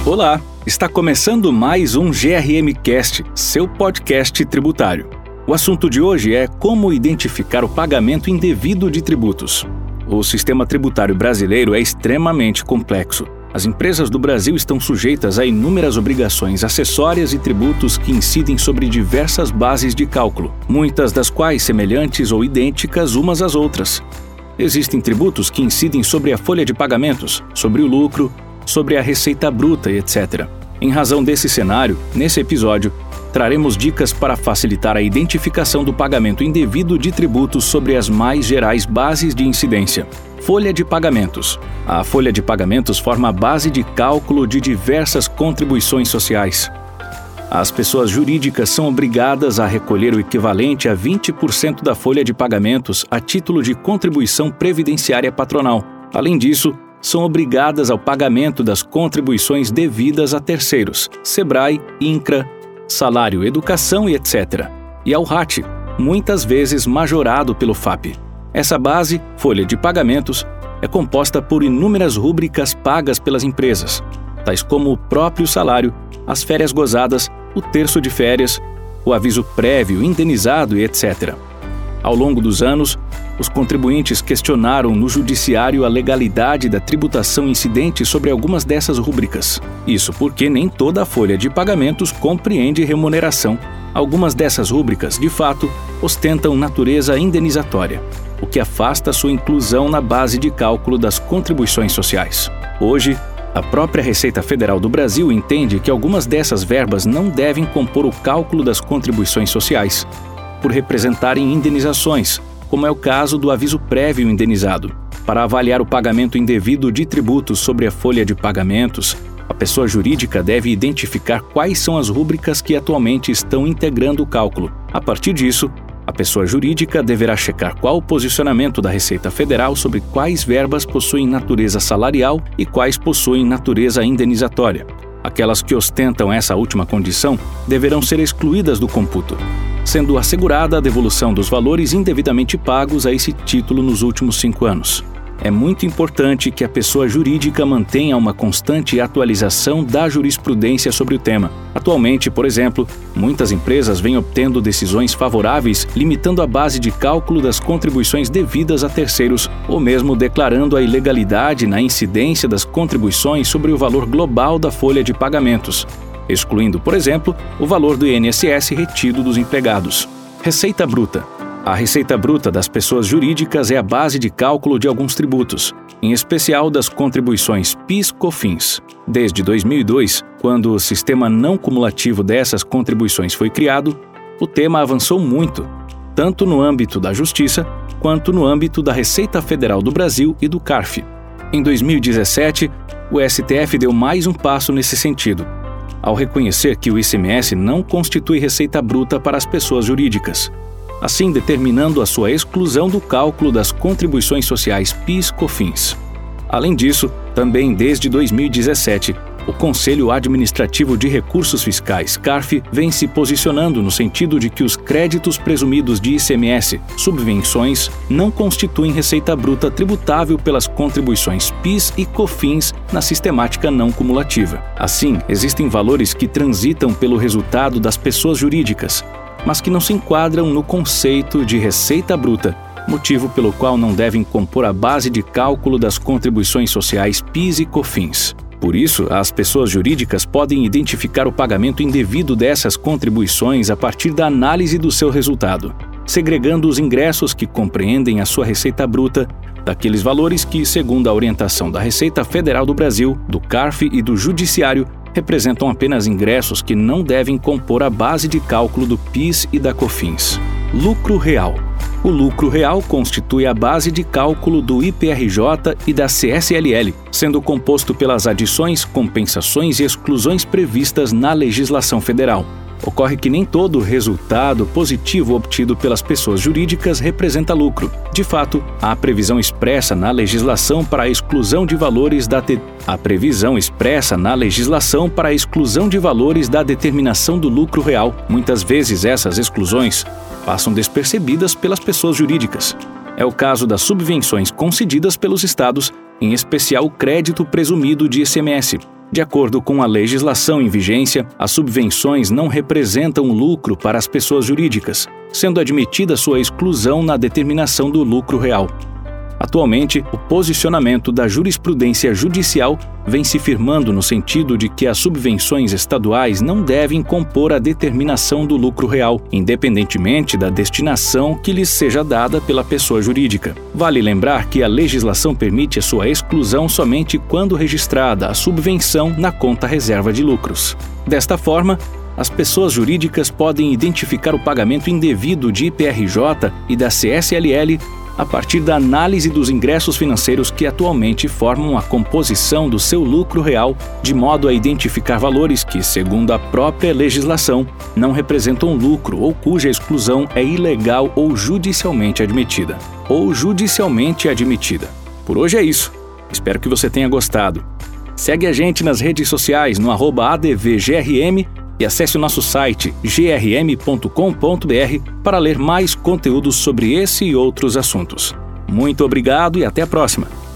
Olá, está começando mais um GRM Cast, seu podcast tributário. O assunto de hoje é como identificar o pagamento indevido de tributos. O sistema tributário brasileiro é extremamente complexo. As empresas do Brasil estão sujeitas a inúmeras obrigações acessórias e tributos que incidem sobre diversas bases de cálculo, muitas das quais semelhantes ou idênticas umas às outras. Existem tributos que incidem sobre a folha de pagamentos, sobre o lucro, sobre a receita bruta e etc. Em razão desse cenário, nesse episódio, traremos dicas para facilitar a identificação do pagamento indevido de tributos sobre as mais gerais bases de incidência. Folha de pagamentos. A folha de pagamentos forma a base de cálculo de diversas contribuições sociais. As pessoas jurídicas são obrigadas a recolher o equivalente a 20% da folha de pagamentos a título de contribuição previdenciária patronal. Além disso, são obrigadas ao pagamento das contribuições devidas a terceiros, SEBRAE, INCRA, Salário, Educação e etc. E ao RAT, muitas vezes majorado pelo FAP. Essa base, folha de pagamentos, é composta por inúmeras rúbricas pagas pelas empresas, tais como o próprio salário, as férias gozadas, o terço de férias, o aviso prévio, indenizado e etc. Ao longo dos anos, os contribuintes questionaram no judiciário a legalidade da tributação incidente sobre algumas dessas rúbricas. Isso porque nem toda a folha de pagamentos compreende remuneração. Algumas dessas rúbricas, de fato, ostentam natureza indenizatória, o que afasta sua inclusão na base de cálculo das contribuições sociais. Hoje, a própria Receita Federal do Brasil entende que algumas dessas verbas não devem compor o cálculo das contribuições sociais, por representarem indenizações, como é o caso do aviso prévio indenizado. Para avaliar o pagamento indevido de tributos sobre a folha de pagamentos, a pessoa jurídica deve identificar quais são as rúbricas que atualmente estão integrando o cálculo. A partir disso, a pessoa jurídica deverá checar qual o posicionamento da Receita Federal sobre quais verbas possuem natureza salarial e quais possuem natureza indenizatória. Aquelas que ostentam essa última condição deverão ser excluídas do cômputo, sendo assegurada a devolução dos valores indevidamente pagos a esse título nos últimos 5 anos. É muito importante que a pessoa jurídica mantenha uma constante atualização da jurisprudência sobre o tema. Atualmente, por exemplo, muitas empresas vêm obtendo decisões favoráveis limitando a base de cálculo das contribuições devidas a terceiros, ou mesmo declarando a ilegalidade na incidência das contribuições sobre o valor global da folha de pagamentos, excluindo, por exemplo, o valor do INSS retido dos empregados. Receita bruta. A receita bruta das pessoas jurídicas é a base de cálculo de alguns tributos, em especial das contribuições PIS/COFINS. Desde 2002, quando o sistema não cumulativo dessas contribuições foi criado, o tema avançou muito, tanto no âmbito da Justiça, quanto no âmbito da Receita Federal do Brasil e do CARF. Em 2017, o STF deu mais um passo nesse sentido, ao reconhecer que o ICMS não constitui receita bruta para as pessoas jurídicas, assim determinando a sua exclusão do cálculo das contribuições sociais PIS/COFINS. Além disso, também desde 2017, o Conselho Administrativo de Recursos Fiscais, CARF, vem se posicionando no sentido de que os créditos presumidos de ICMS, subvenções, não constituem receita bruta tributável pelas contribuições PIS e COFINS na sistemática não cumulativa. Assim, existem valores que transitam pelo resultado das pessoas jurídicas, mas que não se enquadram no conceito de receita bruta, motivo pelo qual não devem compor a base de cálculo das contribuições sociais PIS e COFINS. Por isso, as pessoas jurídicas podem identificar o pagamento indevido dessas contribuições a partir da análise do seu resultado, segregando os ingressos que compreendem a sua receita bruta daqueles valores que, segundo a orientação da Receita Federal do Brasil, do CARF e do Judiciário, representam apenas ingressos que não devem compor a base de cálculo do PIS e da COFINS. Lucro real. O lucro real constitui a base de cálculo do IPRJ e da CSLL, sendo composto pelas adições, compensações e exclusões previstas na legislação federal. Ocorre que nem todo resultado positivo obtido pelas pessoas jurídicas representa lucro. De fato, há previsão expressa na legislação para a exclusão de valores da determinação do lucro real. Muitas vezes essas exclusões passam despercebidas pelas pessoas jurídicas. É o caso das subvenções concedidas pelos estados, em especial o crédito presumido de ICMS. De acordo com a legislação em vigência, as subvenções não representam lucro para as pessoas jurídicas, sendo admitida sua exclusão na determinação do lucro real. Atualmente, o posicionamento da jurisprudência judicial vem se firmando no sentido de que as subvenções estaduais não devem compor a determinação do lucro real, independentemente da destinação que lhes seja dada pela pessoa jurídica. Vale lembrar que a legislação permite a sua exclusão somente quando registrada a subvenção na conta reserva de lucros. Desta forma, as pessoas jurídicas podem identificar o pagamento indevido de IPRJ e da CSLL a partir da análise dos ingressos financeiros que atualmente formam a composição do seu lucro real, de modo a identificar valores que, segundo a própria legislação, não representam lucro ou cuja exclusão é ilegal ou judicialmente admitida. Por hoje é isso. Espero que você tenha gostado. Segue a gente nas redes sociais no @advgrm e acesse o nosso site grm.com.br para ler mais conteúdos sobre esse e outros assuntos. Muito obrigado e até a próxima!